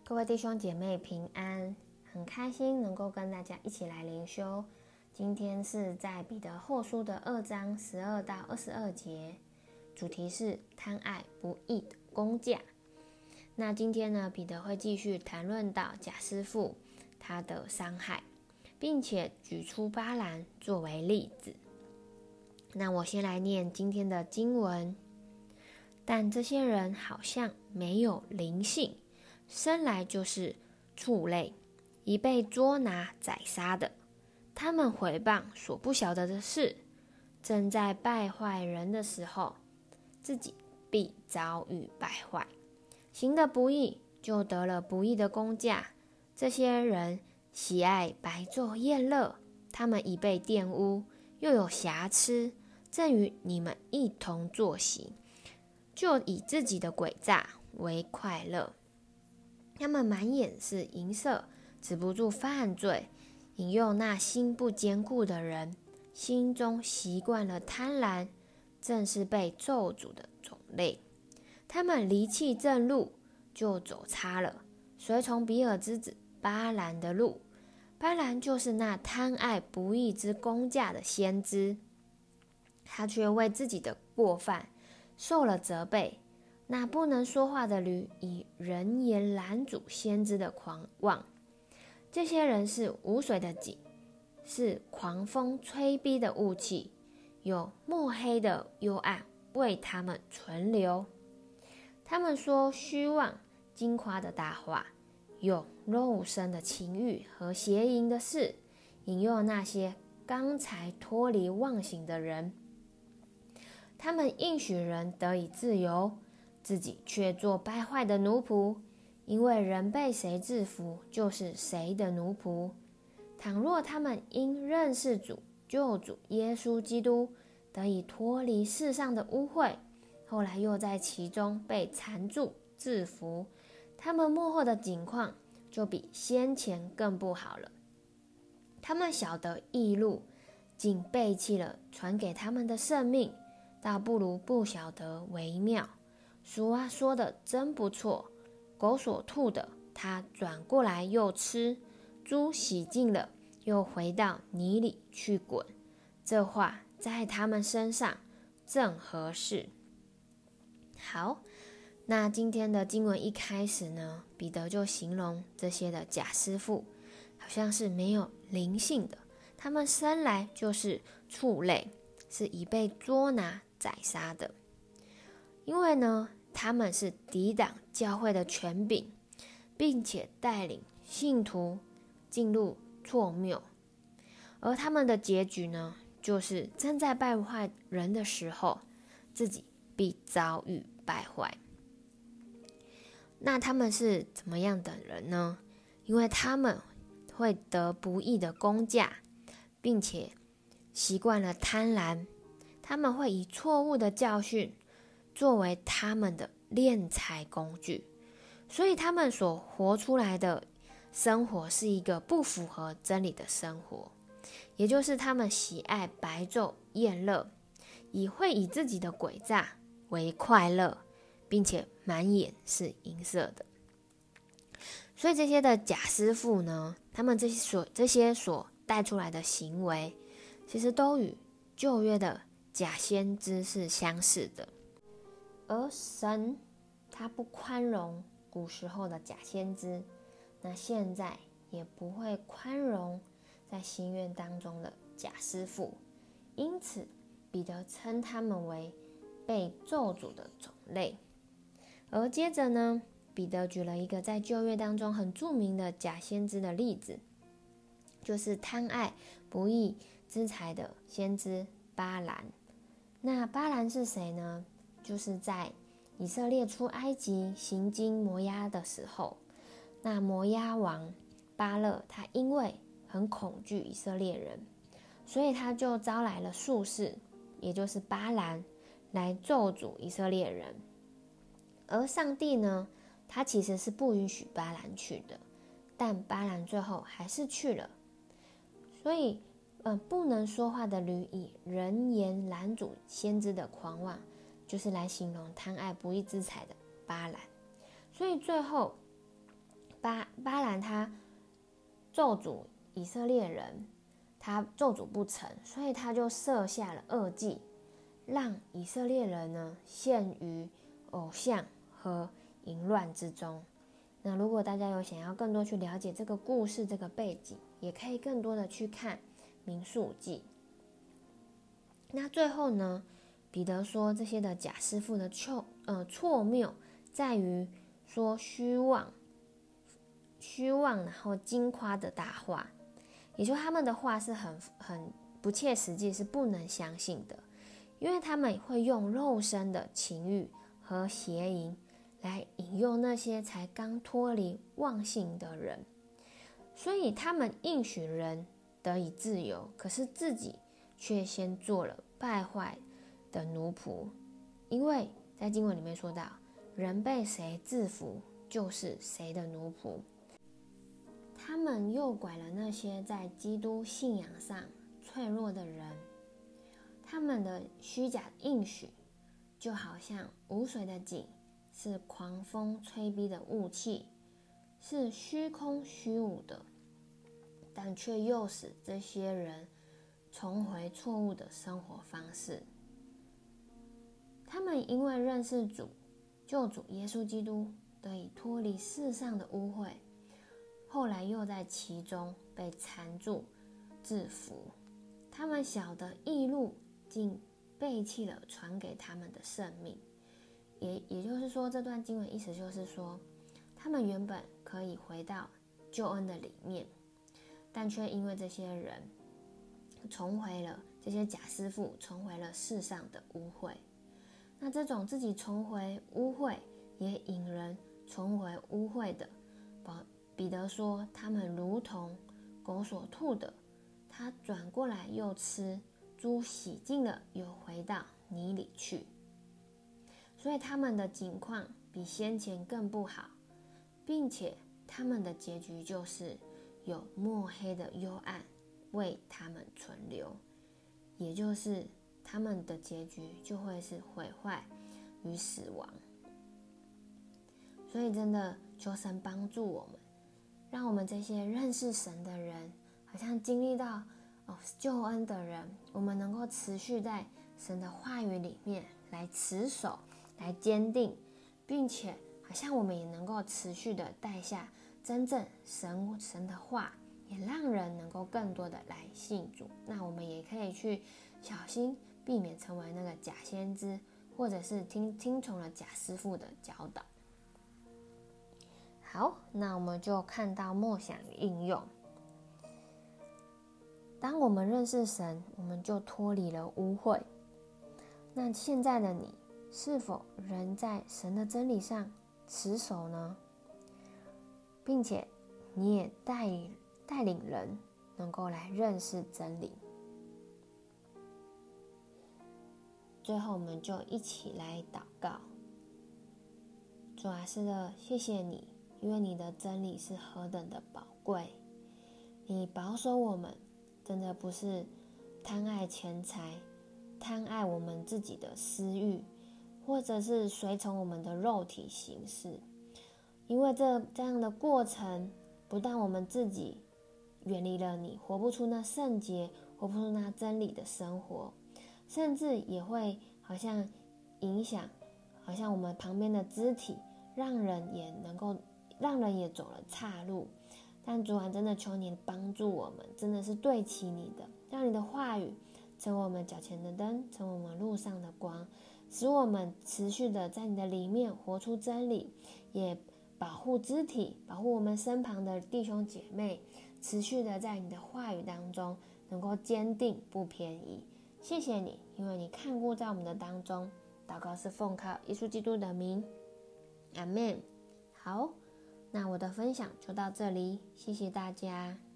各位弟兄姐妹平安，很开心能够跟大家一起来灵修。今天是在彼得后书的2章12到22节，主题是贪爱不义的工价。那今天呢，彼得会继续谈论到假师傅他的伤害，并且举出巴兰作为例子。那我先来念今天的经文。但这些人好像没有灵性，生来就是畜类，已被捉拿宰杀的。他们毁谤所不晓得的事，正在败坏人的时候，自己必遭遇败坏。行的不义，就得了不义的工价。这些人喜爱白昼宴乐，他们已被玷污，又有瑕疵，正与你们一同坐席，就以自己的诡诈为快乐。他们满眼是银色，止不住犯罪，引诱那心不坚固的人，心中习惯了贪婪，正是被咒诅的种类。他们离弃正路，就走差了，随从比尔之子巴兰的路。巴兰就是那贪爱不义之工价的先知，他却为自己的过犯受了责备。那不能说话的驴以人言拦阻先知的狂妄。这些人是无水的井，是狂风吹逼的雾气，有墨黑的幽暗为他们存留。他们说虚妄矜夸的大话，有肉身的情欲和邪淫的事，引诱那些刚才脱离妄行的人。他们应许人得以自由，自己却做败坏的奴仆，因为人被谁制服，就是谁的奴仆。倘若他们因认识主救主耶稣基督，得以脱离世上的污秽，后来又在其中被缠住制服，他们末后的景况就比先前更不好了。他们晓得义路，竟背弃了传给他们的圣命，倒不如不晓得为妙。俗话说的真不错，狗所吐的，它转过来又吃；猪洗净了，又回到泥里去滚。这话在他们身上正合适。好，那今天的经文一开始呢，彼得就形容这些的假师傅好像是没有灵性的，他们生来就是畜类，是已被捉拿宰杀的。因为呢，他们是抵挡教会的权柄，并且带领信徒进入错谬，而他们的结局呢，就是正在败坏人的时候，自己必遭遇败坏。那他们是怎么样的人呢？因为他们会得不义的工价，并且习惯了贪婪，他们会以错误的教训作为他们的敛财工具，所以他们所活出来的生活是一个不符合真理的生活，也就是他们喜爱白昼宴乐，会以自己的诡诈为快乐，并且满眼是银色的。所以这些的假师傅呢，他们这些所带出来的行为，其实都与旧约的假先知是相似的。而神他不宽容古时候的假先知，那现在也不会宽容在新约当中的假师傅，因此彼得称他们为被咒诅的种类。而接着呢，彼得举了一个在旧约当中很著名的假先知的例子，就是贪爱不义之财的先知巴兰。那巴兰是谁呢？就是在以色列出埃及行经摩押的时候，那摩押王巴勒他因为很恐惧以色列人，所以他就招来了术士，也就是巴兰，来咒诅以色列人。而上帝呢，他其实是不允许巴兰去的，但巴兰最后还是去了。所以不能说话的驴以人言拦阻先知的狂妄，就是来形容贪爱不义之财的巴兰。所以最后巴兰他咒诅以色列人，他咒诅不成，所以他就设下了恶计，让以色列人呢陷于偶像和淫乱之中。那如果大家有想要更多去了解这个故事这个背景，也可以更多的去看民数记。那最后呢，彼得说这些的假师傅的错谬在于说虚妄，然后矜夸的大话，也就是他们的话是很不切实际，是不能相信的，因为他们会用肉身的情欲和邪淫来引诱那些才刚脱离妄性的人，所以他们应许人得以自由，可是自己却先做了败坏的奴仆。因为在经文里面说到，人被谁制服，就是谁的奴仆。他们诱拐了那些在基督信仰上脆弱的人，他们的虚假应许就好像无水的井，是狂风吹逼的雾气，是虚空虚无的，但却诱使这些人重回错误的生活方式。他们因为认识主救主耶稣基督，得以脱离世上的污秽，后来又在其中被缠住制服。他们晓得义路，竟背弃了传给他们的圣命。也就是说，这段经文意思就是说，他们原本可以回到救恩的里面，但却因为这些人重回了，这些假师傅重回了世上的污秽。那这种自己重回污秽，也引人重回污秽的，彼得说，他们如同狗所吐的，他转过来又吃，猪洗净了又回到泥里去。所以他们的境况比先前更不好，并且他们的结局就是有墨黑的幽暗为他们存留，也就是他们的结局就会是毁坏与死亡。所以真的求神帮助我们，让我们这些认识神的人，好像经历到救恩的人，我们能够持续在神的话语里面来持守，来坚定，并且好像我们也能够持续的带下真正神的话，也让人能够更多的来信主。那我们也可以去小心避免成为那个假先知，或者是听从了假师傅的教导。好，那我们就看到默想应用。当我们认识神，我们就脱离了污秽。那现在的你，是否仍在神的真理上持守呢？并且你也带领人能够来认识真理。最后我们就一起来祷告。主啊，是的，谢谢你，因为你的真理是何等的宝贵。你保守我们，真的不是贪爱钱财，贪爱我们自己的私欲，或者是随从我们的肉体行事。因为这样的过程，不但我们自己远离了你，活不出那圣洁，活不出那真理的生活，甚至也会好像影响，好像我们旁边的肢体，让人也走了岔路。但主啊，真的求你帮助我们，真的是对齐你的，让你的话语成为我们脚前的灯，成为我们路上的光，使我们持续的在你的里面活出真理，也保护肢体，保护我们身旁的弟兄姐妹，持续的在你的话语当中能够坚定不偏移。谢谢你，因为你看顾在我们的当中。祷告是奉靠耶稣基督的名，阿们。好，那我的分享就到这里，谢谢大家。